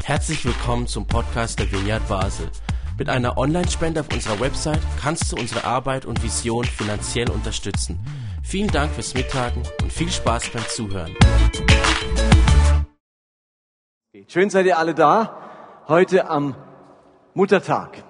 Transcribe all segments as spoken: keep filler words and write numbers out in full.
Herzlich willkommen zum Podcast der Vineyard Basel. Mit einer Online-Spende auf unserer Website kannst du unsere Arbeit und Vision finanziell unterstützen. Vielen Dank fürs Mittagen und viel Spaß beim Zuhören. Schön seid ihr alle da, heute am Muttertag.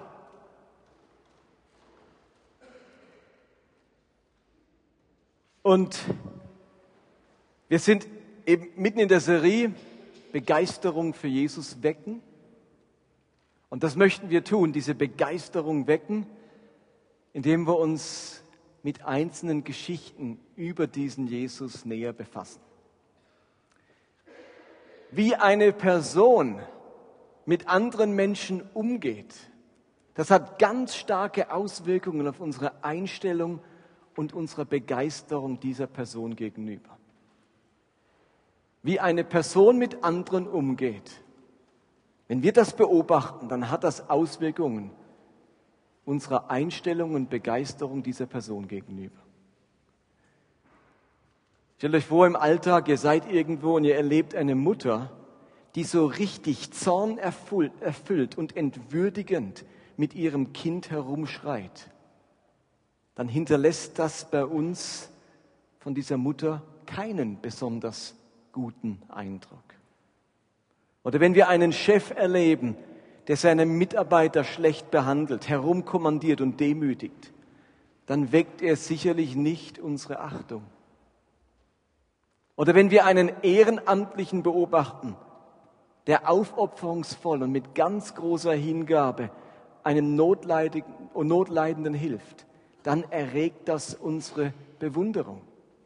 Und wir sind eben mitten in der Serie Begeisterung für Jesus wecken. Und das möchten wir tun, diese Begeisterung wecken, indem wir uns mit einzelnen Geschichten über diesen Jesus näher befassen. Wie eine Person mit anderen Menschen umgeht, das hat ganz starke Auswirkungen auf unsere Einstellung und unsere Begeisterung dieser Person gegenüber. Wie eine Person mit anderen umgeht. Wenn wir das beobachten, dann hat das Auswirkungen unserer Einstellung und Begeisterung dieser Person gegenüber. Stellt euch vor, im Alltag, ihr seid irgendwo und ihr erlebt eine Mutter, die so richtig zornerfüllt und entwürdigend mit ihrem Kind herumschreit. Dann hinterlässt das bei uns von dieser Mutter keinen besonders guten Eindruck. Oder wenn wir einen Chef erleben, der seine Mitarbeiter schlecht behandelt, herumkommandiert und demütigt, dann weckt er sicherlich nicht unsere Achtung. Oder wenn wir einen Ehrenamtlichen beobachten, der aufopferungsvoll und mit ganz großer Hingabe einem Notleidenden hilft, dann erregt das unsere Bewunderung.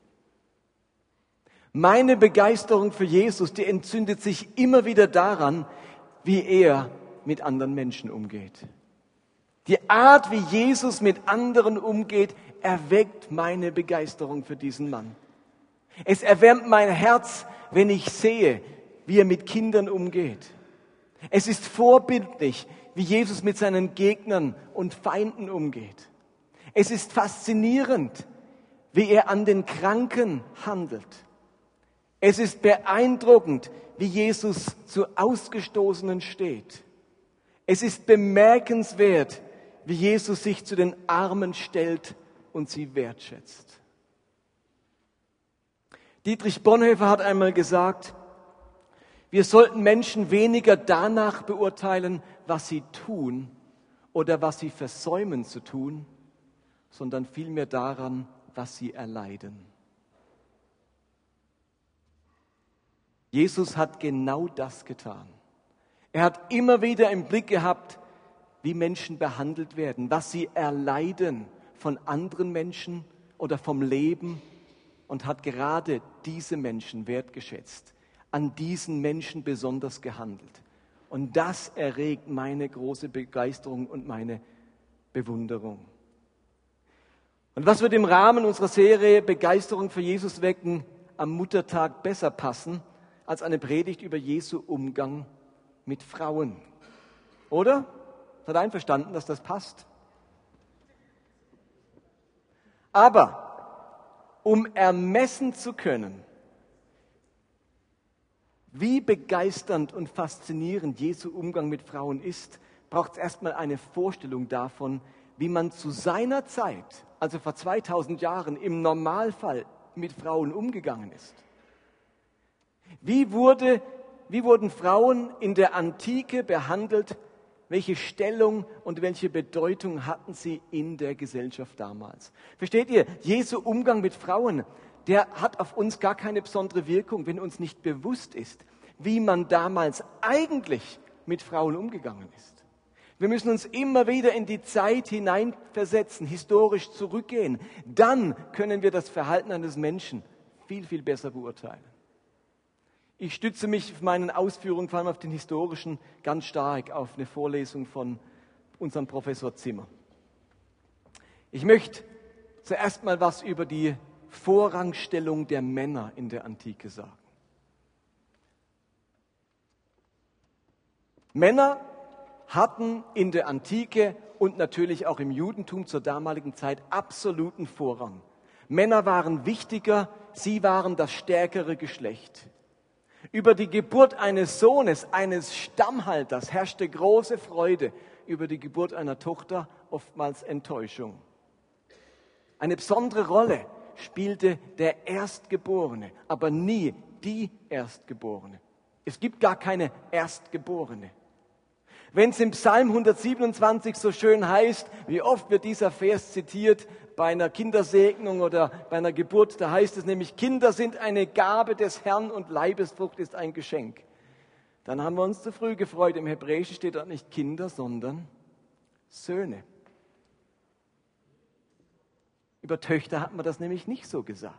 Meine Begeisterung für Jesus, die entzündet sich immer wieder daran, wie er mit anderen Menschen umgeht. Die Art, wie Jesus mit anderen umgeht, erweckt meine Begeisterung für diesen Mann. Es erwärmt mein Herz, wenn ich sehe, wie er mit Kindern umgeht. Es ist vorbildlich, wie Jesus mit seinen Gegnern und Feinden umgeht. Es ist faszinierend, wie er an den Kranken handelt. Es ist beeindruckend, wie Jesus zu Ausgestoßenen steht. Es ist bemerkenswert, wie Jesus sich zu den Armen stellt und sie wertschätzt. Dietrich Bonhoeffer hat einmal gesagt, wir sollten Menschen weniger danach beurteilen, was sie tun oder was sie versäumen zu tun, sondern vielmehr daran, was sie erleiden. Jesus hat genau das getan. Er hat immer wieder im Blick gehabt, wie Menschen behandelt werden, was sie erleiden von anderen Menschen oder vom Leben und hat gerade diese Menschen wertgeschätzt, an diesen Menschen besonders gehandelt. Und das erregt meine große Begeisterung und meine Bewunderung. Und was wird im Rahmen unserer Serie Begeisterung für Jesus wecken am Muttertag besser passen als eine Predigt über Jesu Umgang mit Frauen? Oder? Seid ihr einverstanden, dass das passt? Aber um ermessen zu können, wie begeisternd und faszinierend Jesu Umgang mit Frauen ist, braucht es erstmal eine Vorstellung davon, wie man zu seiner Zeit, also vor zweitausend Jahren, im Normalfall mit Frauen umgegangen ist. Wie, wurde, wie wurden Frauen in der Antike behandelt? Welche Stellung und welche Bedeutung hatten sie in der Gesellschaft damals? Versteht ihr, Jesu Umgang mit Frauen, der hat auf uns gar keine besondere Wirkung, wenn uns nicht bewusst ist, wie man damals eigentlich mit Frauen umgegangen ist. Wir müssen uns immer wieder in die Zeit hineinversetzen, historisch zurückgehen. Dann können wir das Verhalten eines Menschen viel, viel besser beurteilen. Ich stütze mich auf meinen Ausführungen, vor allem auf den historischen, ganz stark auf eine Vorlesung von unserem Professor Zimmer. Ich möchte zuerst mal was über die Vorrangstellung der Männer in der Antike sagen. Männer hatten in der Antike und natürlich auch im Judentum zur damaligen Zeit absoluten Vorrang. Männer waren wichtiger, sie waren das stärkere Geschlecht. Über die Geburt eines Sohnes, eines Stammhalters herrschte große Freude. Über die Geburt einer Tochter oftmals Enttäuschung. Eine besondere Rolle spielte der Erstgeborene, aber nie die Erstgeborene. Es gibt gar keine Erstgeborene. Wenn es im Psalm hundertsiebenundzwanzig so schön heißt, wie oft wird dieser Vers zitiert bei einer Kindersegnung oder bei einer Geburt, da heißt es nämlich, Kinder sind eine Gabe des Herrn und Leibesfrucht ist ein Geschenk. Dann haben wir uns zu früh gefreut. Im Hebräischen steht dort nicht Kinder, sondern Söhne. Über Töchter hat man das nämlich nicht so gesagt.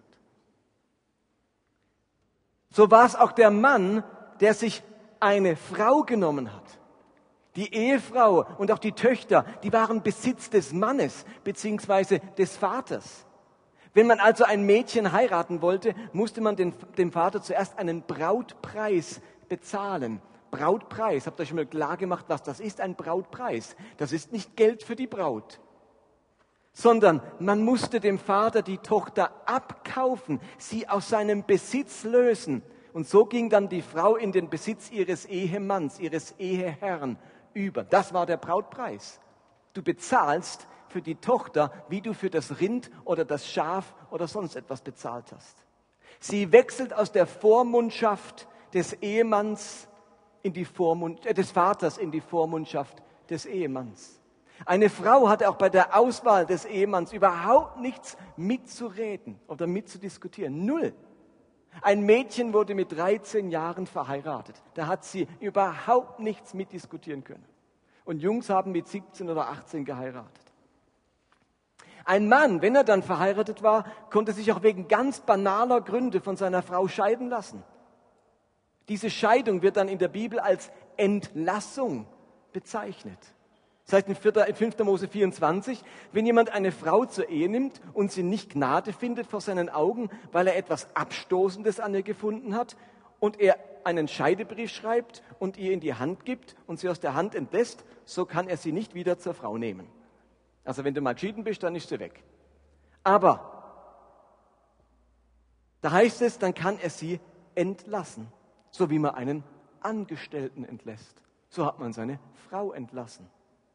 So war es auch der Mann, der sich eine Frau genommen hat. Die Ehefrau und auch die Töchter, die waren Besitz des Mannes bzw. des Vaters. Wenn man also ein Mädchen heiraten wollte, musste man den, dem Vater zuerst einen Brautpreis bezahlen. Brautpreis, habt ihr schon mal klar gemacht, was das ist, ein Brautpreis? Das ist nicht Geld für die Braut, sondern man musste dem Vater die Tochter abkaufen, sie aus seinem Besitz lösen. Und so ging dann die Frau in den Besitz ihres Ehemanns, ihres Eheherrn über. Das war der Brautpreis. Du bezahlst für die Tochter, wie du für das Rind oder das Schaf oder sonst etwas bezahlt hast. Sie wechselt aus der Vormundschaft des Ehemanns in die Vormund, äh, des Vaters in die Vormundschaft des Ehemanns. Eine Frau hatte auch bei der Auswahl des Ehemanns überhaupt nichts mitzureden oder mitzudiskutieren. Null. Ein Mädchen wurde mit dreizehn Jahren verheiratet. Da hat sie überhaupt nichts mitdiskutieren können. Und Jungs haben mit siebzehn oder achtzehn geheiratet. Ein Mann, wenn er dann verheiratet war, konnte sich auch wegen ganz banaler Gründe von seiner Frau scheiden lassen. Diese Scheidung wird dann in der Bibel als Entlassung bezeichnet. Das heißt in fünfter Mose vierundzwanzig, wenn jemand eine Frau zur Ehe nimmt und sie nicht Gnade findet vor seinen Augen, weil er etwas Abstoßendes an ihr gefunden hat und er einen Scheidebrief schreibt und ihr in die Hand gibt und sie aus der Hand entlässt, so kann er sie nicht wieder zur Frau nehmen. Also wenn du mal geschieden bist, dann ist sie weg. Aber da heißt es, dann kann er sie entlassen, so wie man einen Angestellten entlässt. So hat man seine Frau entlassen.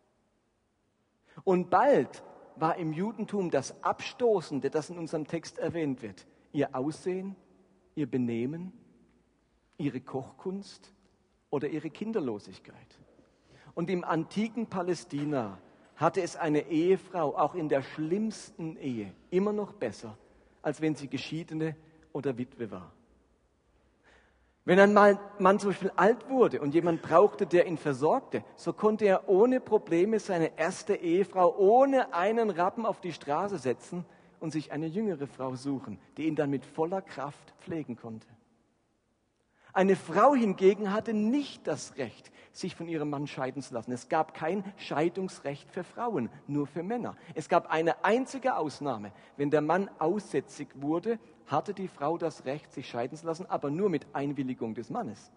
Und bald war im Judentum das Abstoßende, das in unserem Text erwähnt wird, ihr Aussehen, ihr Benehmen, ihre Kochkunst oder ihre Kinderlosigkeit. Und im antiken Palästina hatte es eine Ehefrau, auch in der schlimmsten Ehe, immer noch besser, als wenn sie Geschiedene oder Witwe war. Wenn ein Mann zum Beispiel alt wurde und jemand brauchte, der ihn versorgte, so konnte er ohne Probleme seine erste Ehefrau ohne einen Rappen auf die Straße setzen und sich eine jüngere Frau suchen, die ihn dann mit voller Kraft pflegen konnte. Eine Frau hingegen hatte nicht das Recht, sich von ihrem Mann scheiden zu lassen. Es gab kein Scheidungsrecht für Frauen, nur für Männer. Es gab eine einzige Ausnahme. Wenn der Mann aussätzig wurde, hatte die Frau das Recht, sich scheiden zu lassen, aber nur mit Einwilligung des Mannes.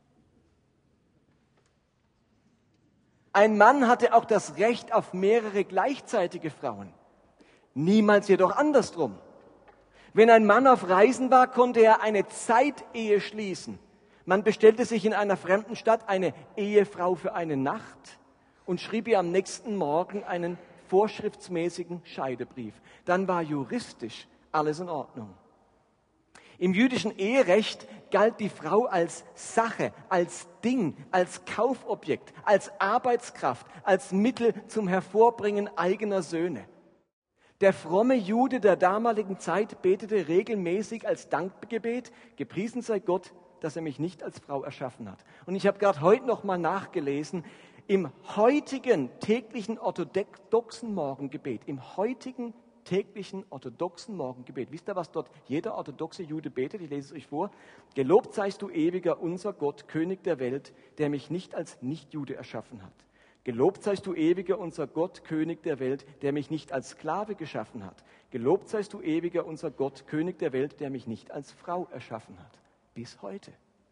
Ein Mann hatte auch das Recht auf mehrere gleichzeitige Frauen. Niemals jedoch andersrum. Wenn ein Mann auf Reisen war, konnte er eine Zeitehe schließen. Man bestellte sich in einer fremden Stadt eine Ehefrau für eine Nacht und schrieb ihr am nächsten Morgen einen vorschriftsmäßigen Scheidebrief. Dann war juristisch alles in Ordnung. Im jüdischen Eherecht galt die Frau als Sache, als Ding, als Kaufobjekt, als Arbeitskraft, als Mittel zum Hervorbringen eigener Söhne. Der fromme Jude der damaligen Zeit betete regelmäßig als Dankgebet, gepriesen sei Gott, dass er mich nicht als Frau erschaffen hat. Und ich habe gerade heute noch mal nachgelesen, im heutigen täglichen orthodoxen Morgengebet, im heutigen täglichen orthodoxen Morgengebet, wisst ihr, was dort jeder orthodoxe Jude betet? Ich lese es euch vor. Gelobt seist du, ewiger, unser Gott, König der Welt, der mich nicht als Nichtjude erschaffen hat. Gelobt seist du, ewiger, unser Gott, König der Welt, der mich nicht als Sklave geschaffen hat. Gelobt seist du, ewiger, unser Gott, König der Welt, der mich nicht als Frau erschaffen hat. Bis heute.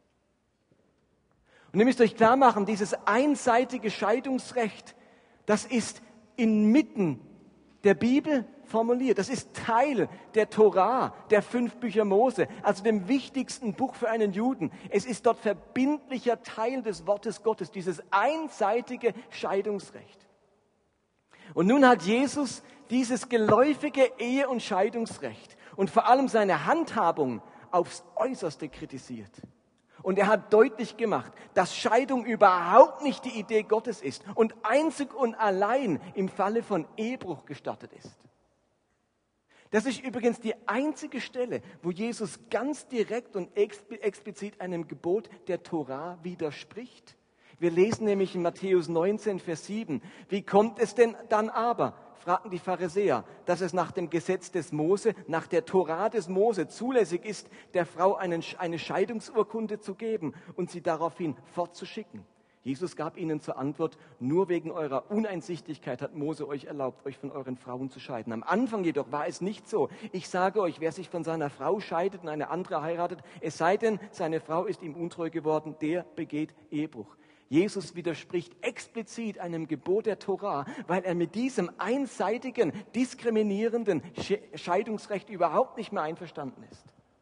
Und ihr müsst euch klar machen, dieses einseitige Scheidungsrecht, das ist inmitten der Bibel formuliert. Das ist Teil der Tora, der fünf Bücher Mose, also dem wichtigsten Buch für einen Juden. Es ist dort verbindlicher Teil des Wortes Gottes, dieses einseitige Scheidungsrecht. Und nun hat Jesus dieses geläufige Ehe- und Scheidungsrecht und vor allem seine Handhabung aufs Äußerste kritisiert. Und er hat deutlich gemacht, dass Scheidung überhaupt nicht die Idee Gottes ist und einzig und allein im Falle von Ehebruch gestattet ist. Das ist übrigens die einzige Stelle, wo Jesus ganz direkt und explizit einem Gebot der Tora widerspricht. Wir lesen nämlich in Matthäus neunzehn, Vers sieben. Wie kommt es denn dann aber, fragten die Pharisäer, dass es nach dem Gesetz des Mose, nach der Tora des Mose zulässig ist, der Frau einen, eine Scheidungsurkunde zu geben und sie daraufhin fortzuschicken? Jesus gab ihnen zur Antwort, nur wegen eurer Uneinsichtigkeit hat Mose euch erlaubt, euch von euren Frauen zu scheiden. Am Anfang jedoch war es nicht so. Ich sage euch, wer sich von seiner Frau scheidet und eine andere heiratet, es sei denn, seine Frau ist ihm untreu geworden, der begeht Ehebruch. Jesus widerspricht explizit einem Gebot der Tora, weil er mit diesem einseitigen, diskriminierenden Scheidungsrecht überhaupt nicht mehr einverstanden ist.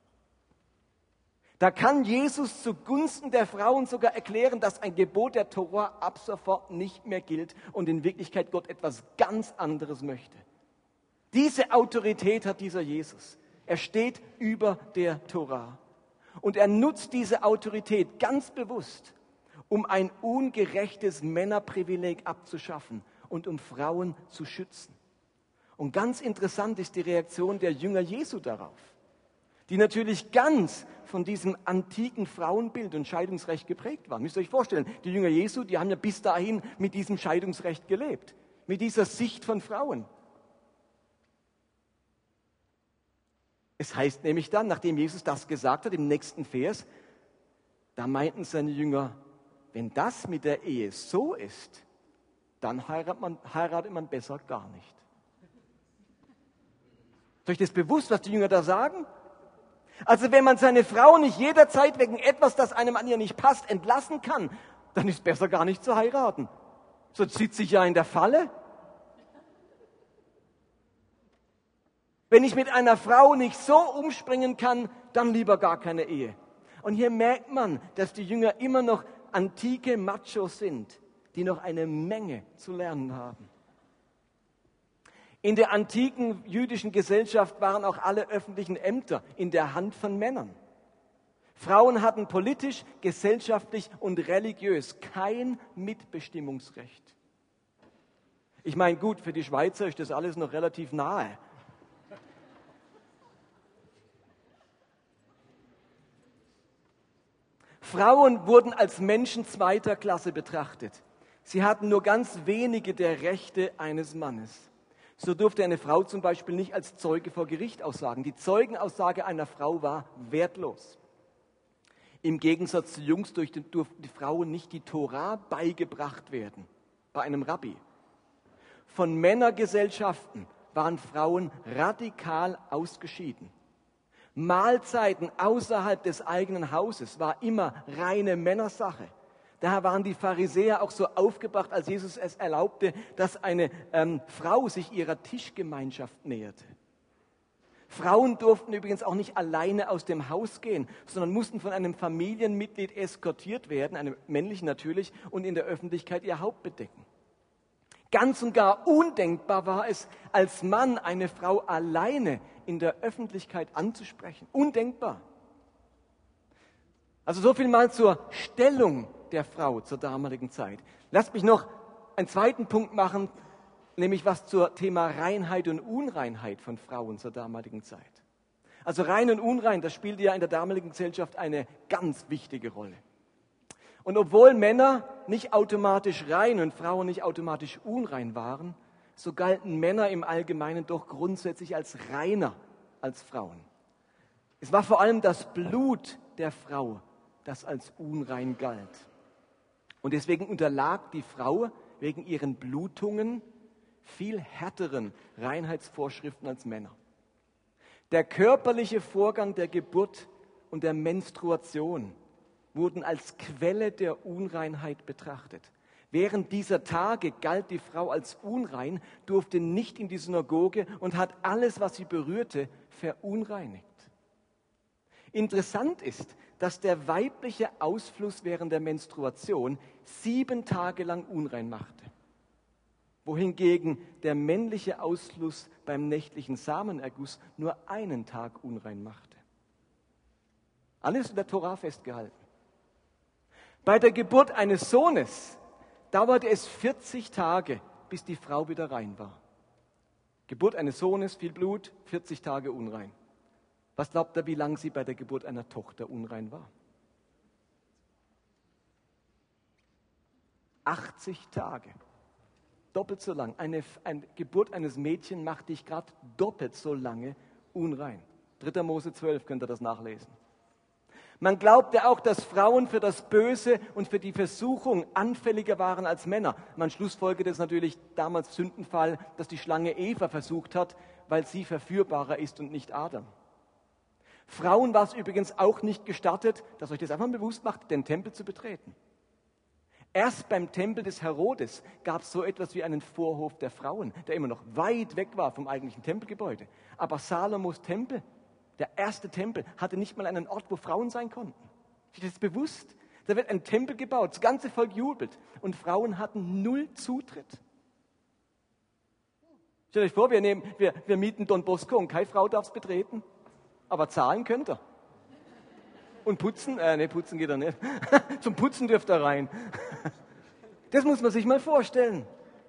Da kann Jesus zugunsten der Frauen sogar erklären, dass ein Gebot der Tora ab sofort nicht mehr gilt und in Wirklichkeit Gott etwas ganz anderes möchte. Diese Autorität hat dieser Jesus. Er steht über der Tora. Und er nutzt diese Autorität ganz bewusst, um ein ungerechtes Männerprivileg abzuschaffen und um Frauen zu schützen. Und ganz interessant ist die Reaktion der Jünger Jesu darauf, die natürlich ganz von diesem antiken Frauenbild und Scheidungsrecht geprägt waren. Müsst ihr euch vorstellen, die Jünger Jesu, die haben ja bis dahin mit diesem Scheidungsrecht gelebt, mit dieser Sicht von Frauen. Es heißt nämlich dann, nachdem Jesus das gesagt hat, im nächsten Vers, da meinten seine Jünger, wenn das mit der Ehe so ist, dann heiratet man, heiratet man besser gar nicht. Ist euch das bewusst, was die Jünger da sagen? Also wenn man seine Frau nicht jederzeit wegen etwas, das einem an ihr nicht passt, entlassen kann, dann ist besser gar nicht zu heiraten. Sonst sitze ich ja in der Falle. Wenn ich mit einer Frau nicht so umspringen kann, dann lieber gar keine Ehe. Und hier merkt man, dass die Jünger immer noch antike Machos sind, die noch eine Menge zu lernen haben. In der antiken jüdischen Gesellschaft waren auch alle öffentlichen Ämter in der Hand von Männern. Frauen hatten politisch, gesellschaftlich und religiös kein Mitbestimmungsrecht. Ich meine, gut, für die Schweizer ist das alles noch relativ nahe. Frauen wurden als Menschen zweiter Klasse betrachtet. Sie hatten nur ganz wenige der Rechte eines Mannes. So durfte eine Frau zum Beispiel nicht als Zeuge vor Gericht aussagen. Die Zeugenaussage einer Frau war wertlos. Im Gegensatz zu Jungs durften die Frauen nicht die Tora beigebracht werden, bei einem Rabbi. Von Männergesellschaften waren Frauen radikal ausgeschieden. Mahlzeiten außerhalb des eigenen Hauses war immer reine Männersache. Daher waren die Pharisäer auch so aufgebracht, als Jesus es erlaubte, dass eine ähm, Frau sich ihrer Tischgemeinschaft näherte. Frauen durften übrigens auch nicht alleine aus dem Haus gehen, sondern mussten von einem Familienmitglied eskortiert werden, einem männlichen natürlich, und in der Öffentlichkeit ihr Haupt bedecken. Ganz und gar undenkbar war es, als Mann eine Frau alleine in der Öffentlichkeit anzusprechen. Undenkbar. Also so viel mal zur Stellung der Frau zur damaligen Zeit. Lasst mich noch einen zweiten Punkt machen, nämlich was zum Thema Reinheit und Unreinheit von Frauen zur damaligen Zeit. Also rein und unrein, das spielte ja in der damaligen Gesellschaft eine ganz wichtige Rolle. Und obwohl Männer nicht automatisch rein und Frauen nicht automatisch unrein waren, so galten Männer im Allgemeinen doch grundsätzlich als reiner als Frauen. Es war vor allem das Blut der Frau, das als unrein galt. Und deswegen unterlag die Frau wegen ihren Blutungen viel härteren Reinheitsvorschriften als Männer. Der körperliche Vorgang der Geburt und der Menstruation wurden als Quelle der Unreinheit betrachtet. Während dieser Tage galt die Frau als unrein, durfte nicht in die Synagoge und hat alles, was sie berührte, verunreinigt. Interessant ist, dass der weibliche Ausfluss während der Menstruation sieben Tage lang unrein machte, wohingegen der männliche Ausfluss beim nächtlichen Samenerguss nur einen Tag unrein machte. Alles in der Tora festgehalten. Bei der Geburt eines Sohnes dauerte es vierzig Tage, bis die Frau wieder rein war. Geburt eines Sohnes, viel Blut, vierzig Tage unrein. Was glaubt ihr, wie lange sie bei der Geburt einer Tochter unrein war? achtzig Tage. Doppelt so lang. Eine, eine Geburt eines Mädchens macht dich gerade doppelt so lange unrein. dritter Mose zwölf könnt ihr das nachlesen. Man glaubte auch, dass Frauen für das Böse und für die Versuchung anfälliger waren als Männer. Man schlussfolgerte es natürlich damals Sündenfall, dass die Schlange Eva versucht hat, weil sie verführbarer ist und nicht Adam. Frauen war es übrigens auch nicht gestattet, dass euch das einfach mal bewusst macht, den Tempel zu betreten. Erst beim Tempel des Herodes gab es so etwas wie einen Vorhof der Frauen, der immer noch weit weg war vom eigentlichen Tempelgebäude. Aber Salomos Tempel, der erste Tempel, hatte nicht mal einen Ort, wo Frauen sein konnten. Ist euch das bewusst? Da wird ein Tempel gebaut, das ganze Volk jubelt und Frauen hatten null Zutritt. Stellt euch vor, wir, nehmen, wir, wir mieten Don Bosco und keine Frau darf es betreten, aber zahlen könnt ihr. Und putzen? Äh, nee, putzen geht er nicht. Zum Putzen dürft ihr rein. Das muss man sich mal vorstellen.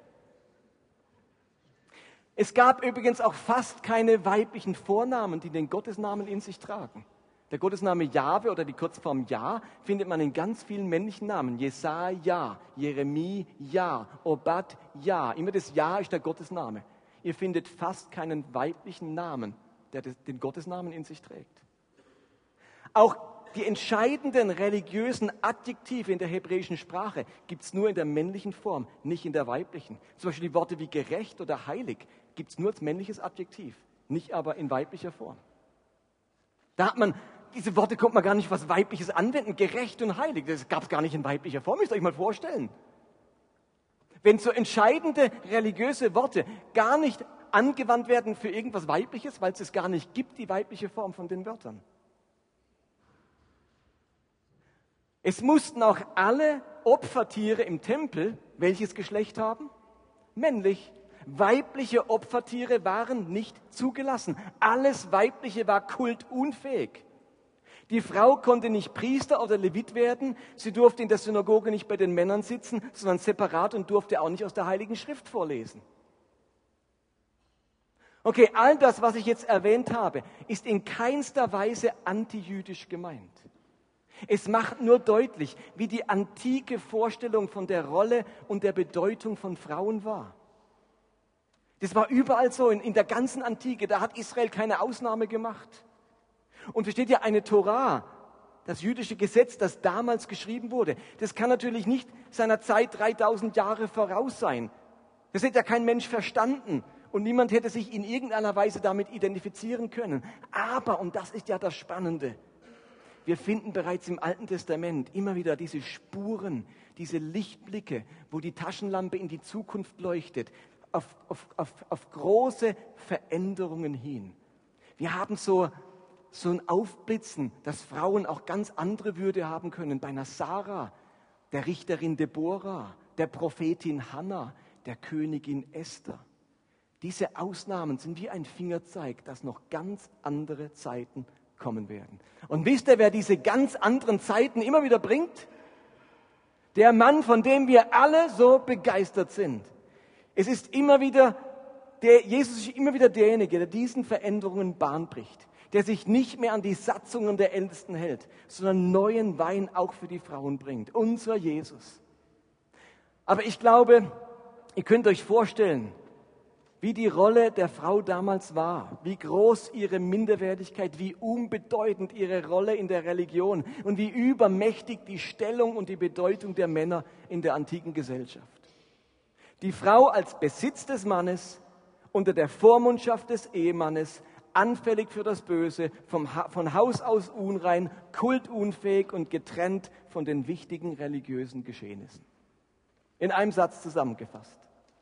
Es gab übrigens auch fast keine weiblichen Vornamen, die den Gottesnamen in sich tragen. Der Gottesname Jahwe oder die Kurzform Ja findet man in ganz vielen männlichen Namen. Jesaja, Jeremie, Ja, Obad, Ja. Immer das Ja ist der Gottesname. Ihr findet fast keinen weiblichen Namen, der den Gottesnamen in sich trägt. Auch die entscheidenden religiösen Adjektive in der hebräischen Sprache gibt es nur in der männlichen Form, nicht in der weiblichen. Zum Beispiel die Worte wie gerecht oder heilig gibt es nur als männliches Adjektiv, nicht aber in weiblicher Form. Da hat man, diese Worte konnte man gar nicht was Weibliches anwenden, gerecht und heilig, das gab es gar nicht in weiblicher Form, müsst ihr euch mal vorstellen. Wenn so entscheidende religiöse Worte gar nicht angewandt werden für irgendwas Weibliches, weil es es gar nicht gibt, die weibliche Form von den Wörtern. Es mussten auch alle Opfertiere im Tempel, welches Geschlecht haben? Männlich. Weibliche Opfertiere waren nicht zugelassen. Alles Weibliche war kultunfähig. Die Frau konnte nicht Priester oder Levit werden. Sie durfte in der Synagoge nicht bei den Männern sitzen, sondern separat und durfte auch nicht aus der Heiligen Schrift vorlesen. Okay, all das, was ich jetzt erwähnt habe, ist in keinster Weise antijüdisch gemeint. Es macht nur deutlich, wie die antike Vorstellung von der Rolle und der Bedeutung von Frauen war. Das war überall so, in, in der ganzen Antike, da hat Israel keine Ausnahme gemacht. Und versteht ihr, eine Tora, das jüdische Gesetz, das damals geschrieben wurde, das kann natürlich nicht seiner Zeit dreitausend Jahre voraus sein. Das hätte ja kein Mensch verstanden und niemand hätte sich in irgendeiner Weise damit identifizieren können. Aber, und das ist ja das Spannende, wir finden bereits im Alten Testament immer wieder diese Spuren, diese Lichtblicke, wo die Taschenlampe in die Zukunft leuchtet, auf, auf, auf, auf große Veränderungen hin. Wir haben so, so ein Aufblitzen, dass Frauen auch ganz andere Würde haben können. Bei einer Sarah, der Richterin Deborah, der Prophetin Hannah, der Königin Esther. Diese Ausnahmen sind wie ein Fingerzeig, dass noch ganz andere Zeiten kommen werden. Und wisst ihr, wer diese ganz anderen Zeiten immer wieder bringt? Der Mann, von dem wir alle so begeistert sind. Es ist immer wieder, der, Jesus ist immer wieder derjenige, der diesen Veränderungen Bahn bricht, der sich nicht mehr an die Satzungen der Ältesten hält, sondern neuen Wein auch für die Frauen bringt. Unser Jesus. Aber ich glaube, ihr könnt euch vorstellen, wie die Rolle der Frau damals war, wie groß ihre Minderwertigkeit, wie unbedeutend ihre Rolle in der Religion und wie übermächtig die Stellung und die Bedeutung der Männer in der antiken Gesellschaft. Die Frau als Besitz des Mannes, unter der Vormundschaft des Ehemannes, anfällig für das Böse, vom ha- von Haus aus unrein, kultunfähig und getrennt von den wichtigen religiösen Geschehnissen. In einem Satz zusammengefasst.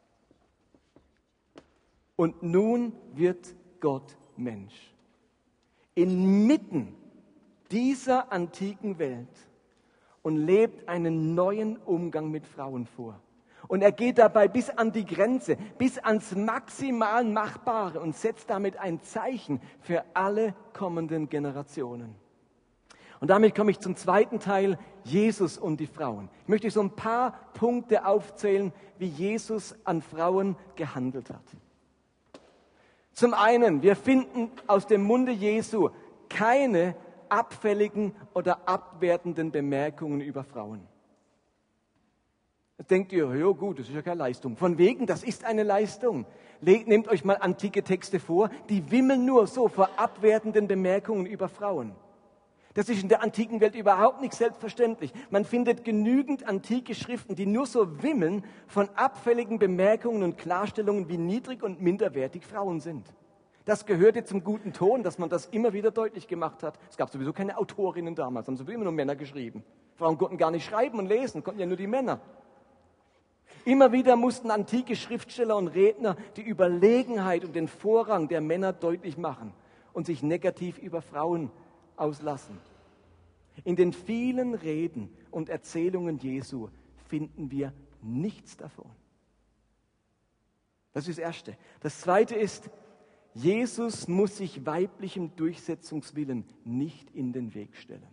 Und nun wird Gott Mensch. Inmitten dieser antiken Welt und lebt einen neuen Umgang mit Frauen vor. Und er geht dabei bis an die Grenze, bis ans maximal Machbare und setzt damit ein Zeichen für alle kommenden Generationen. Und damit komme ich zum zweiten Teil, Jesus und die Frauen. Ich möchte so ein paar Punkte aufzählen, wie Jesus an Frauen gehandelt hat. Zum einen, wir finden aus dem Munde Jesu keine abfälligen oder abwertenden Bemerkungen über Frauen. Jetzt denkt ihr, ja gut, das ist ja keine Leistung. Von wegen, das ist eine Leistung. Nehmt euch mal antike Texte vor, die wimmeln nur so vor abwertenden Bemerkungen über Frauen. Das ist in der antiken Welt überhaupt nicht selbstverständlich. Man findet genügend antike Schriften, die nur so wimmeln von abfälligen Bemerkungen und Klarstellungen, wie niedrig und minderwertig Frauen sind. Das gehörte zum guten Ton, dass man das immer wieder deutlich gemacht hat. Es gab sowieso keine Autorinnen damals, haben sowieso immer nur Männer geschrieben. Frauen konnten gar nicht schreiben und lesen, konnten ja nur die Männer. Immer wieder mussten antike Schriftsteller und Redner die Überlegenheit und den Vorrang der Männer deutlich machen und sich negativ über Frauen auslassen. In den vielen Reden und Erzählungen Jesu finden wir nichts davon. Das ist das Erste. Das Zweite ist, Jesus muss sich weiblichem Durchsetzungswillen nicht in den Weg stellen.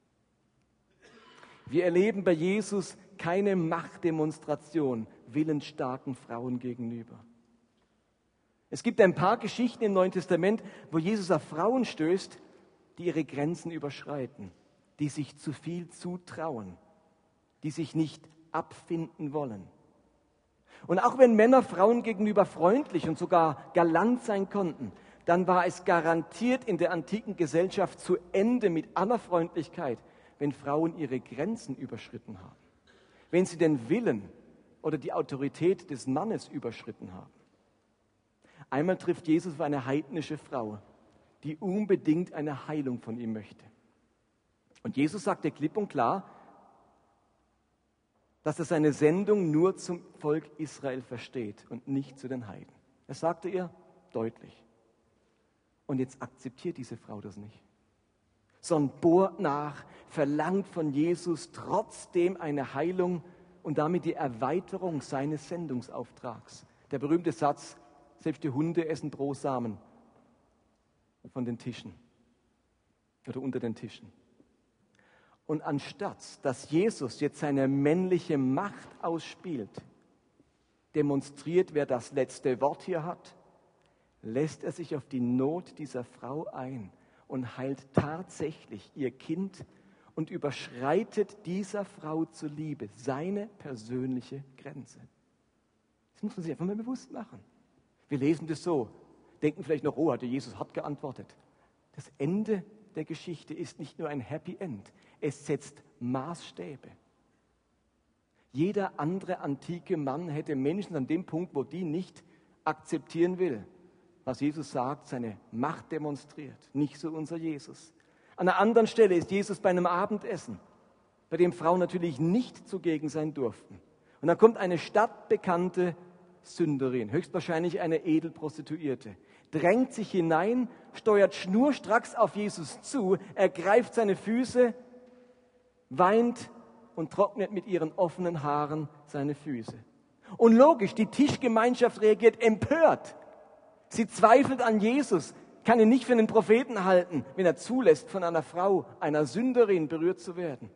Wir erleben bei Jesus keine Machtdemonstration willensstarken Frauen gegenüber. Es gibt ein paar Geschichten im Neuen Testament, wo Jesus auf Frauen stößt, die ihre Grenzen überschreiten, die sich zu viel zutrauen, die sich nicht abfinden wollen. Und auch wenn Männer Frauen gegenüber freundlich und sogar galant sein konnten, dann war es garantiert in der antiken Gesellschaft zu Ende mit aller Freundlichkeit, wenn Frauen ihre Grenzen überschritten haben, wenn sie den Willen oder die Autorität des Mannes überschritten haben. Einmal trifft Jesus auf eine heidnische Frau, die unbedingt eine Heilung von ihm möchte. Und Jesus sagte klipp und klar, dass er seine Sendung nur zum Volk Israel versteht und nicht zu den Heiden. Das sagte er deutlich. Und jetzt akzeptiert diese Frau das nicht, sondern bohrt nach, verlangt von Jesus trotzdem eine Heilung und damit die Erweiterung seines Sendungsauftrags. Der berühmte Satz, selbst die Hunde essen Brosamen von den Tischen oder unter den Tischen. Und anstatt, dass Jesus jetzt seine männliche Macht ausspielt, demonstriert, wer das letzte Wort hier hat, lässt er sich auf die Not dieser Frau ein und heilt tatsächlich ihr Kind und überschreitet dieser Frau zuliebe seine persönliche Grenze. Das muss man sich einfach mal bewusst machen. Wir lesen das so, denken vielleicht noch, oh, hatte Jesus hart geantwortet. Das Ende der Geschichte ist nicht nur ein Happy End, es setzt Maßstäbe. Jeder andere antike Mann hätte Menschen an dem Punkt, wo die nicht akzeptieren will, was Jesus sagt, seine Macht demonstriert. Nicht so unser Jesus. An einer anderen Stelle ist Jesus bei einem Abendessen, bei dem Frauen natürlich nicht zugegen sein durften. Und dann kommt eine stadtbekannte Sünderin, höchstwahrscheinlich eine Edelprostituierte, drängt sich hinein, steuert schnurstracks auf Jesus zu, ergreift seine Füße, weint und trocknet mit ihren offenen Haaren seine Füße. Und logisch, die Tischgemeinschaft reagiert empört. Sie zweifelt an Jesus, kann ihn nicht für einen Propheten halten, wenn er zulässt, von einer Frau, einer Sünderin berührt zu werden.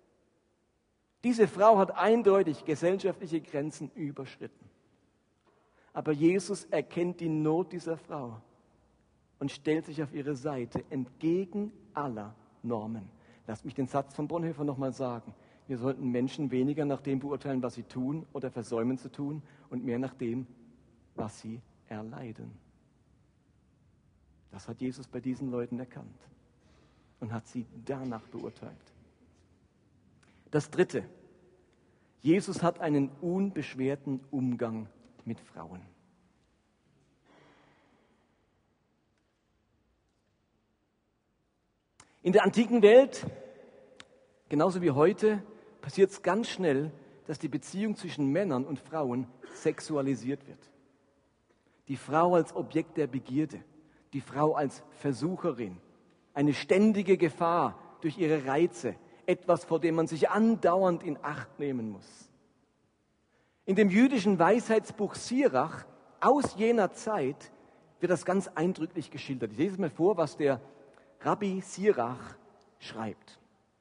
Diese Frau hat eindeutig gesellschaftliche Grenzen überschritten. Aber Jesus erkennt die Not dieser Frau und stellt sich auf ihre Seite entgegen aller Normen. Lasst mich den Satz von Bonhoeffer nochmal sagen. Wir sollten Menschen weniger nach dem beurteilen, was sie tun oder versäumen zu tun, und mehr nach dem, was sie erleiden. Das hat Jesus bei diesen Leuten erkannt und hat sie danach beurteilt. Das Dritte. Jesus hat einen unbeschwerten Umgang mit Frauen. In der antiken Welt, genauso wie heute, passiert es ganz schnell, dass die Beziehung zwischen Männern und Frauen sexualisiert wird. Die Frau als Objekt der Begierde, die Frau als Versucherin, eine ständige Gefahr durch ihre Reize, etwas, vor dem man sich andauernd in Acht nehmen muss. In dem jüdischen Weisheitsbuch Sirach aus jener Zeit wird das ganz eindrücklich geschildert. Ich lese es mal vor, was der Rabbi Sirach schreibt.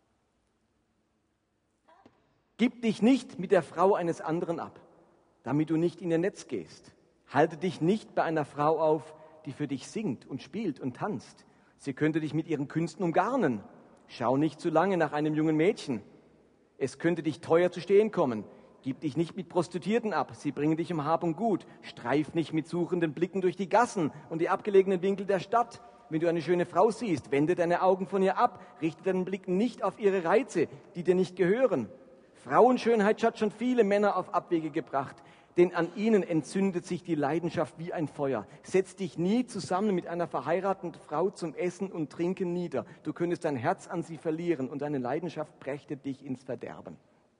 Gib dich nicht mit der Frau eines anderen ab, damit du nicht in ihr Netz gehst. Halte dich nicht bei einer Frau auf, die für dich singt und spielt und tanzt. Sie könnte dich mit ihren Künsten umgarnen. Schau nicht zu lange nach einem jungen Mädchen. Es könnte dich teuer zu stehen kommen. Gib dich nicht mit Prostituierten ab. Sie bringen dich um Hab und Gut. Streif nicht mit suchenden Blicken durch die Gassen und die abgelegenen Winkel der Stadt. Wenn du eine schöne Frau siehst, wende deine Augen von ihr ab. Richte deinen Blick nicht auf ihre Reize, die dir nicht gehören. Frauenschönheit hat schon viele Männer auf Abwege gebracht, denn an ihnen entzündet sich die Leidenschaft wie ein Feuer. Setz dich nie zusammen mit einer verheirateten Frau zum Essen und Trinken nieder. Du könntest dein Herz an sie verlieren und deine Leidenschaft brächte dich ins Verderben.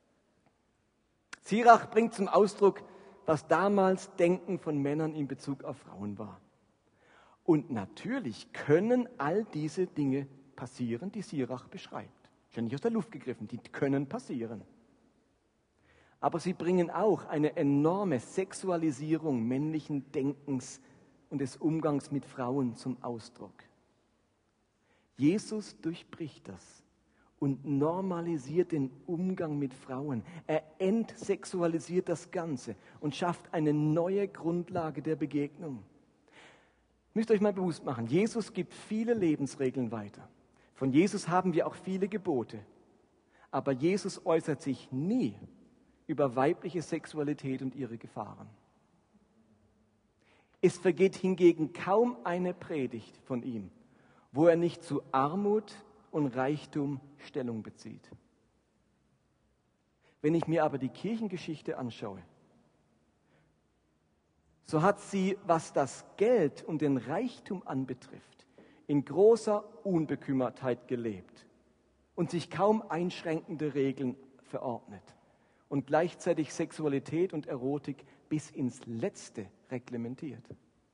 Sirach bringt zum Ausdruck, was damals Denken von Männern in Bezug auf Frauen war. Und natürlich können all diese Dinge passieren, die Sirach beschreibt. Ist ja nicht aus der Luft gegriffen, die können passieren. Aber sie bringen auch eine enorme Sexualisierung männlichen Denkens und des Umgangs mit Frauen zum Ausdruck. Jesus durchbricht das und normalisiert den Umgang mit Frauen. Er entsexualisiert das Ganze und schafft eine neue Grundlage der Begegnung. Müsst ihr euch mal bewusst machen, Jesus gibt viele Lebensregeln weiter. Von Jesus haben wir auch viele Gebote. Aber Jesus äußert sich nie über weibliche Sexualität und ihre Gefahren. Es vergeht hingegen kaum eine Predigt von ihm, wo er nicht zu Armut und Reichtum Stellung bezieht. Wenn ich mir aber die Kirchengeschichte anschaue, so hat sie, was das Geld und den Reichtum anbetrifft, in großer Unbekümmertheit gelebt und sich kaum einschränkende Regeln verordnet. Und gleichzeitig Sexualität und Erotik bis ins Letzte reglementiert.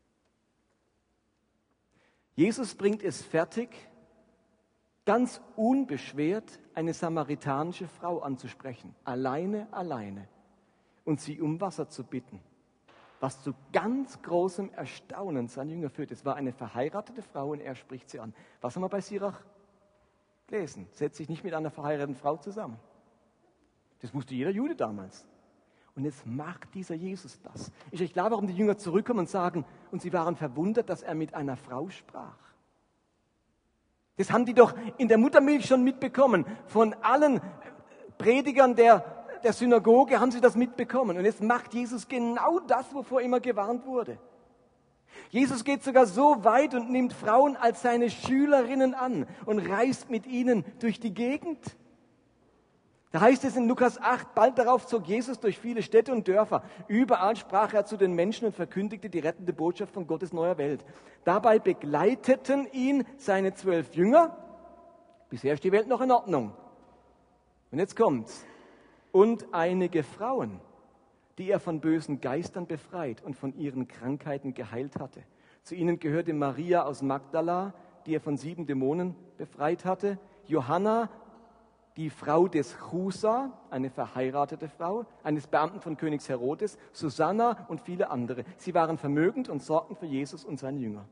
Jesus bringt es fertig, ganz unbeschwert eine samaritanische Frau anzusprechen, alleine, alleine, und sie um Wasser zu bitten, was zu ganz großem Erstaunen seiner Jünger führt. Es war eine verheiratete Frau und er spricht sie an. Was haben wir bei Sirach gelesen? Setz dich nicht mit einer verheirateten Frau zusammen. Das wusste jeder Jude damals. Und jetzt macht dieser Jesus das. Ist euch klar, warum die Jünger zurückkommen und sagen, und sie waren verwundert, dass er mit einer Frau sprach? Das haben die doch in der Muttermilch schon mitbekommen. Von allen Predigern der, der Synagoge haben sie das mitbekommen. Und jetzt macht Jesus genau das, wovor immer gewarnt wurde. Jesus geht sogar so weit und nimmt Frauen als seine Schülerinnen an und reist mit ihnen durch die Gegend. Da heißt es in Lukas acht, bald darauf zog Jesus durch viele Städte und Dörfer. Überall sprach er zu den Menschen und verkündigte die rettende Botschaft von Gottes neuer Welt. Dabei begleiteten ihn seine zwölf Jünger. Bisher ist die Welt noch in Ordnung. Und jetzt kommt's. Und einige Frauen, die er von bösen Geistern befreit und von ihren Krankheiten geheilt hatte. Zu ihnen gehörte Maria aus Magdala, die er von sieben Dämonen befreit hatte, Johanna, die Frau des Chusa, eine verheiratete Frau, eines Beamten von Königs Herodes, Susanna und viele andere. Sie waren vermögend und sorgten für Jesus und seine Jünger.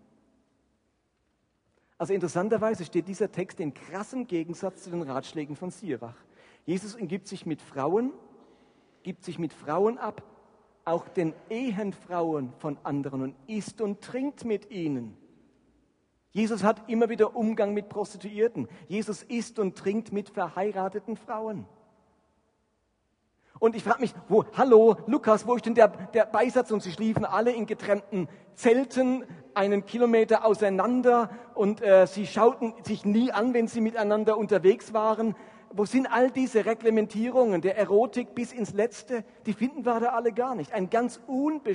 Also interessanterweise steht dieser Text in krassem Gegensatz zu den Ratschlägen von Sirach. Jesus umgibt sich mit Frauen, gibt sich mit Frauen ab, auch den Ehenfrauen von anderen und isst und trinkt mit ihnen. Jesus hat immer wieder Umgang mit Prostituierten. Jesus isst und trinkt mit verheirateten Frauen. Und ich frage mich, wo, hallo, Lukas, wo ist denn der, der Beisatz? Und sie schliefen alle in getrennten Zelten, einen Kilometer auseinander und äh, sie schauten sich nie an, wenn sie miteinander unterwegs waren. Wo sind all diese Reglementierungen der Erotik bis ins Letzte? Die finden wir da alle gar nicht. Ein ganz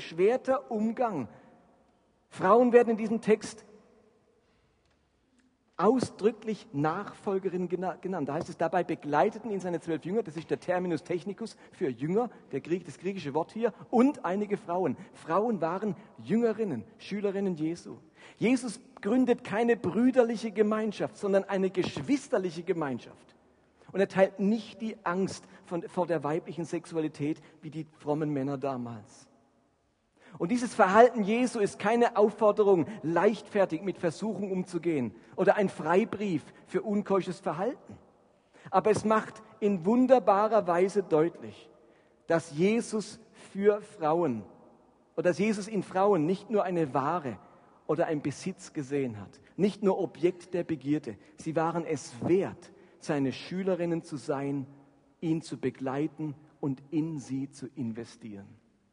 unbeschwerter Umgang. Frauen werden in diesem Text ausdrücklich Nachfolgerin genannt. Da heißt es, dabei begleiteten ihn seine zwölf Jünger, das ist der Terminus technicus für Jünger, der Griech, das griechische Wort hier, und einige Frauen. Frauen waren Jüngerinnen, Schülerinnen Jesu. Jesus gründet keine brüderliche Gemeinschaft, sondern eine geschwisterliche Gemeinschaft. Und er teilt nicht die Angst von, vor der weiblichen Sexualität wie die frommen Männer damals. Und dieses Verhalten Jesu ist keine Aufforderung, leichtfertig mit Versuchung umzugehen oder ein Freibrief für unkeusches Verhalten. Aber es macht in wunderbarer Weise deutlich, dass Jesus für Frauen oder dass Jesus in Frauen nicht nur eine Ware oder ein Besitz gesehen hat, nicht nur Objekt der Begierde. Sie waren es wert, seine Schülerinnen zu sein, ihn zu begleiten und in sie zu investieren.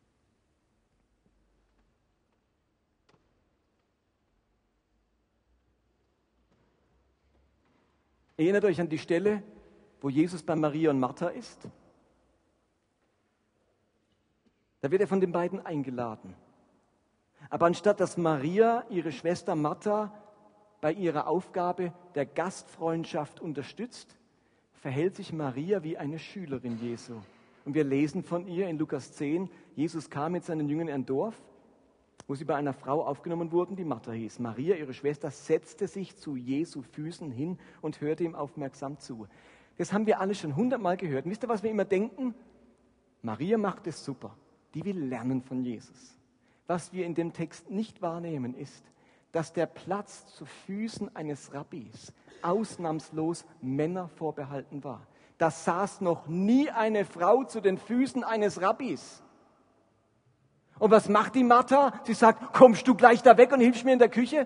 Erinnert euch an die Stelle, wo Jesus bei Maria und Martha ist? Da wird er von den beiden eingeladen. Aber anstatt dass Maria ihre Schwester Martha bei ihrer Aufgabe der Gastfreundschaft unterstützt, verhält sich Maria wie eine Schülerin Jesu. Und wir lesen von ihr in Lukas zehn, Jesus kam mit seinen Jüngern in ein Dorf, wo sie bei einer Frau aufgenommen wurden, die Martha hieß. Maria, ihre Schwester, setzte sich zu Jesu Füßen hin und hörte ihm aufmerksam zu. Das haben wir alle schon hundertmal gehört. Und wisst ihr, was wir immer denken? Maria macht es super. Die will lernen von Jesus. Was wir in dem Text nicht wahrnehmen, ist, dass der Platz zu Füßen eines Rabbis ausnahmslos Männer vorbehalten war. Da saß noch nie eine Frau zu den Füßen eines Rabbis. Und was macht die Martha? Sie sagt, kommst du gleich da weg und hilfst mir in der Küche?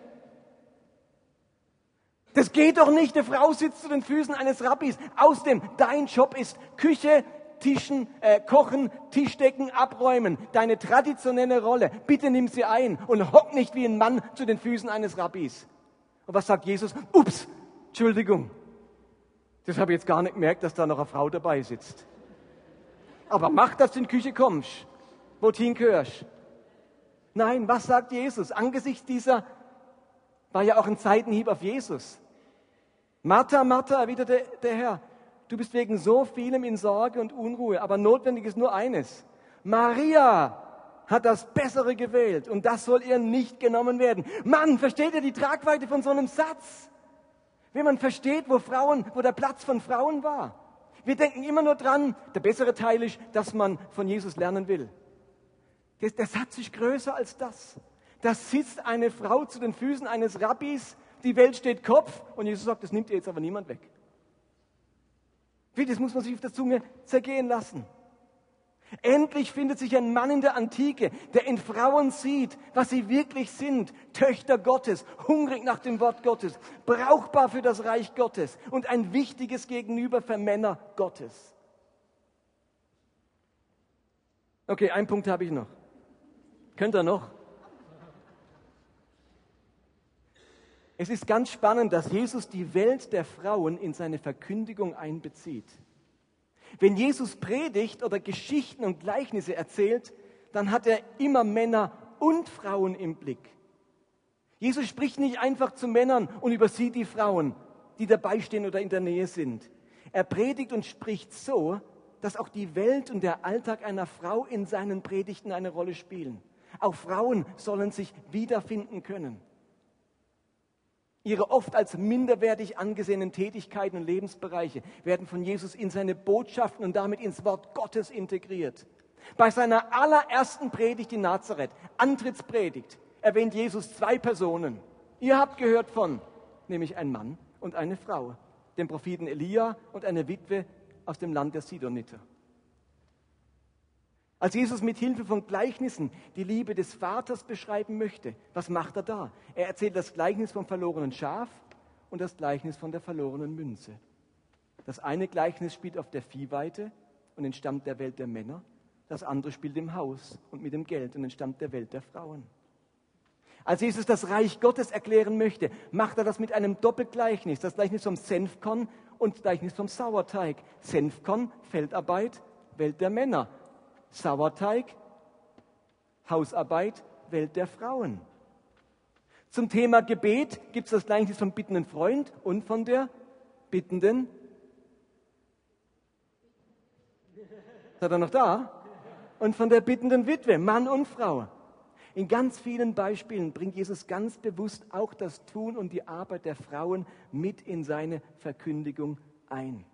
Das geht doch nicht, eine Frau sitzt zu den Füßen eines Rabbis. Außerdem, dein Job ist Küche, Tischen, äh, Kochen, Tischdecken, abräumen. Deine traditionelle Rolle. Bitte nimm sie ein und hock nicht wie ein Mann zu den Füßen eines Rabbis. Und was sagt Jesus? Ups, Entschuldigung. Das habe ich jetzt gar nicht gemerkt, dass da noch eine Frau dabei sitzt. Aber mach, dass du in die Küche kommst. Wohin gehörst? Nein, was sagt Jesus? Angesichts dieser, war ja auch ein Seitenhieb auf Jesus. Martha, Martha, erwiderte der Herr, du bist wegen so vielem in Sorge und Unruhe, aber notwendig ist nur eines. Maria hat das Bessere gewählt und das soll ihr nicht genommen werden. Mann, versteht ihr die Tragweite von so einem Satz? Wenn man versteht, wo Frauen, wo der Platz von Frauen war. Wir denken immer nur dran, der bessere Teil ist, dass man von Jesus lernen will. Der Satz ist größer als das. Da sitzt eine Frau zu den Füßen eines Rabbis, die Welt steht Kopf und Jesus sagt, das nimmt ihr jetzt aber niemand weg. Wie, das muss man sich auf der Zunge zergehen lassen. Endlich findet sich ein Mann in der Antike, der in Frauen sieht, was sie wirklich sind. Töchter Gottes, hungrig nach dem Wort Gottes, brauchbar für das Reich Gottes und ein wichtiges Gegenüber für Männer Gottes. Okay, einen Punkt habe ich noch. Könnt ihr noch? Es ist ganz spannend, dass Jesus die Welt der Frauen in seine Verkündigung einbezieht. Wenn Jesus predigt oder Geschichten und Gleichnisse erzählt, dann hat er immer Männer und Frauen im Blick. Jesus spricht nicht einfach zu Männern und übersieht die Frauen, die dabei stehen oder in der Nähe sind. Er predigt und spricht so, dass auch die Welt und der Alltag einer Frau in seinen Predigten eine Rolle spielen. Auch Frauen sollen sich wiederfinden können. Ihre oft als minderwertig angesehenen Tätigkeiten und Lebensbereiche werden von Jesus in seine Botschaften und damit ins Wort Gottes integriert. Bei seiner allerersten Predigt in Nazareth, Antrittspredigt, erwähnt Jesus zwei Personen. Ihr habt gehört von, nämlich ein Mann und eine Frau, den Propheten Elia und eine Witwe aus dem Land der Sidoniter. Als Jesus mit Hilfe von Gleichnissen die Liebe des Vaters beschreiben möchte, was macht er da? Er erzählt das Gleichnis vom verlorenen Schaf und das Gleichnis von der verlorenen Münze. Das eine Gleichnis spielt auf der Viehweide und entstammt der Welt der Männer. Das andere spielt im Haus und mit dem Geld und entstammt der Welt der Frauen. Als Jesus das Reich Gottes erklären möchte, macht er das mit einem Doppelgleichnis. Das Gleichnis vom Senfkorn und das Gleichnis vom Sauerteig. Senfkorn, Feldarbeit, Welt der Männer. Sauerteig, Hausarbeit, Welt der Frauen. Zum Thema Gebet gibt es das Gleichnis vom bittenden Freund und von der bittenden. Seid ihr noch da? Und von der bittenden Witwe, Mann und Frau. In ganz vielen Beispielen bringt Jesus ganz bewusst auch das Tun und die Arbeit der Frauen mit in seine Verkündigung ein.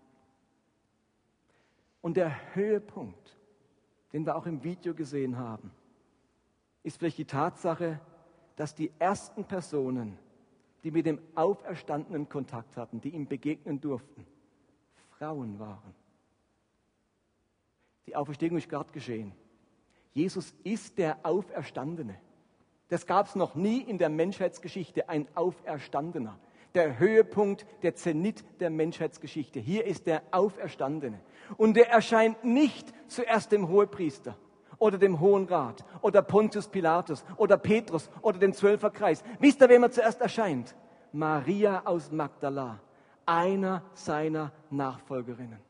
Und der Höhepunkt, den wir auch im Video gesehen haben, ist vielleicht die Tatsache, dass die ersten Personen, die mit dem Auferstandenen Kontakt hatten, die ihm begegnen durften, Frauen waren. Die Auferstehung ist gerade geschehen. Jesus ist der Auferstandene. Das gab es noch nie in der Menschheitsgeschichte, ein Auferstandener. Der Höhepunkt, der Zenit der Menschheitsgeschichte. Hier ist der Auferstandene. Und er erscheint nicht zuerst dem Hohepriester oder dem Hohen Rat oder Pontius Pilatus oder Petrus oder dem Zwölferkreis. Wisst ihr, wem er zuerst erscheint? Maria aus Magdala, einer seiner Nachfolgerinnen.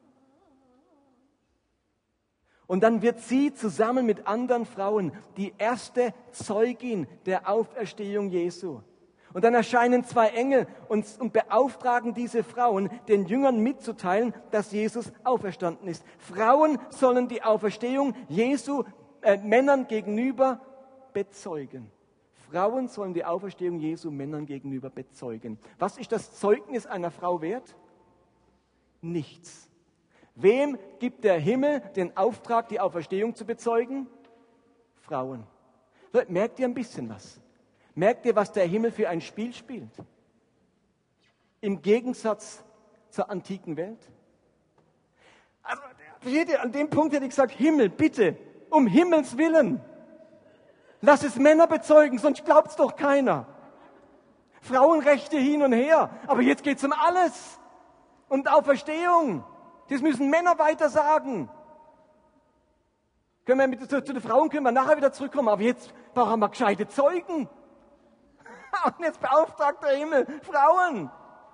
Und dann wird sie zusammen mit anderen Frauen die erste Zeugin der Auferstehung Jesu. Und dann erscheinen zwei Engel und, und beauftragen diese Frauen, den Jüngern mitzuteilen, dass Jesus auferstanden ist. Frauen sollen die Auferstehung Jesu äh, Männern gegenüber bezeugen. Frauen sollen die Auferstehung Jesu Männern gegenüber bezeugen. Was ist das Zeugnis einer Frau wert? Nichts. Wem gibt der Himmel den Auftrag, die Auferstehung zu bezeugen? Frauen. Leute, merkt ihr ein bisschen was? Merkt ihr, was der Himmel für ein Spiel spielt? Im Gegensatz zur antiken Welt? Also, versteht ihr, an dem Punkt hätte ich gesagt, Himmel, bitte, um Himmels Willen, lass es Männer bezeugen, sonst glaubt's doch keiner. Frauenrechte hin und her, aber jetzt geht's um alles. Und Auferstehung. Das müssen Männer weiter sagen. Können wir mit, zu, zu den Frauen können wir nachher wieder zurückkommen, aber jetzt brauchen wir gescheite Zeugen. Und jetzt beauftragt der Himmel Frauen.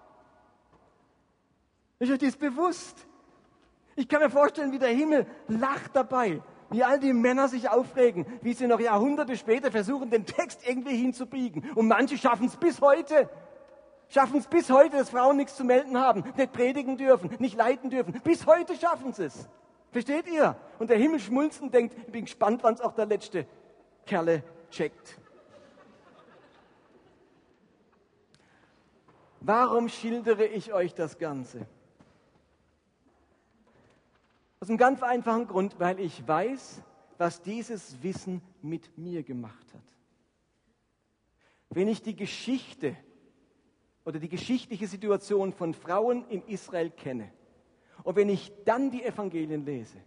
Ist euch das bewusst? Ich kann mir vorstellen, wie der Himmel lacht dabei, wie all die Männer sich aufregen, wie sie noch Jahrhunderte später versuchen, den Text irgendwie hinzubiegen. Und manche schaffen es bis heute. Schaffen es bis heute, dass Frauen nichts zu melden haben, nicht predigen dürfen, nicht leiten dürfen. Bis heute schaffen sie es. Versteht ihr? Und der Himmel schmulzt und denkt, ich bin gespannt, wann es auch der letzte Kerle checkt. Warum schildere ich euch das Ganze? Aus einem ganz einfachen Grund, weil ich weiß, was dieses Wissen mit mir gemacht hat. Wenn ich die Geschichte oder die geschichtliche Situation von Frauen in Israel kenne und wenn ich dann die Evangelien lese,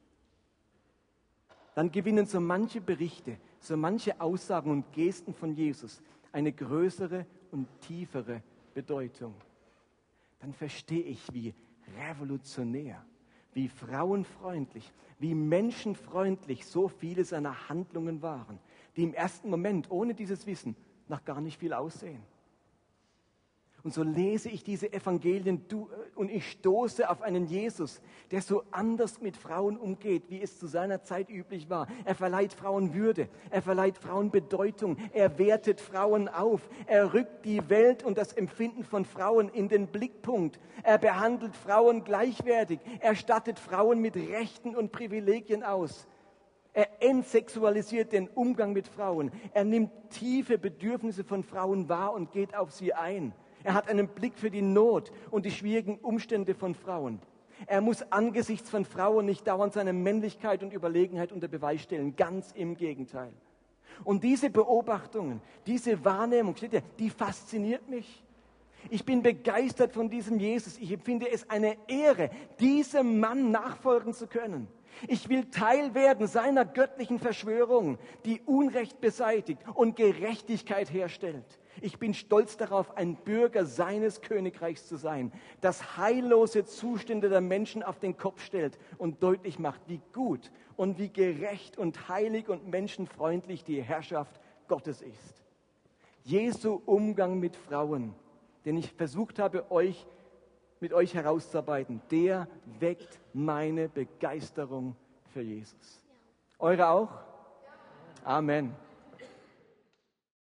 dann gewinnen so manche Berichte, so manche Aussagen und Gesten von Jesus eine größere und tiefere Bedeutung. Dann verstehe ich, wie revolutionär, wie frauenfreundlich, wie menschenfreundlich so viele seiner Handlungen waren, die im ersten Moment ohne dieses Wissen nach gar nicht viel aussehen. Und so lese ich diese Evangelien und ich stoße auf einen Jesus, der so anders mit Frauen umgeht, wie es zu seiner Zeit üblich war. Er verleiht Frauen Würde, er verleiht Frauen Bedeutung, er wertet Frauen auf, er rückt die Welt und das Empfinden von Frauen in den Blickpunkt. Er behandelt Frauen gleichwertig, er stattet Frauen mit Rechten und Privilegien aus. Er entsexualisiert den Umgang mit Frauen, er nimmt tiefe Bedürfnisse von Frauen wahr und geht auf sie ein. Er hat einen Blick für die Not und die schwierigen Umstände von Frauen. Er muss angesichts von Frauen nicht dauernd seine Männlichkeit und Überlegenheit unter Beweis stellen. Ganz im Gegenteil. Und diese Beobachtungen, diese Wahrnehmung, steht ja, die fasziniert mich. Ich bin begeistert von diesem Jesus. Ich empfinde es eine Ehre, diesem Mann nachfolgen zu können. Ich will Teil werden seiner göttlichen Verschwörung, die Unrecht beseitigt und Gerechtigkeit herstellt. Ich bin stolz darauf, ein Bürger seines Königreichs zu sein, das heillose Zustände der Menschen auf den Kopf stellt und deutlich macht, wie gut und wie gerecht und heilig und menschenfreundlich die Herrschaft Gottes ist. Jesu Umgang mit Frauen, den ich versucht habe, euch, mit euch herauszuarbeiten, der weckt meine Begeisterung für Jesus. Eure auch? Amen.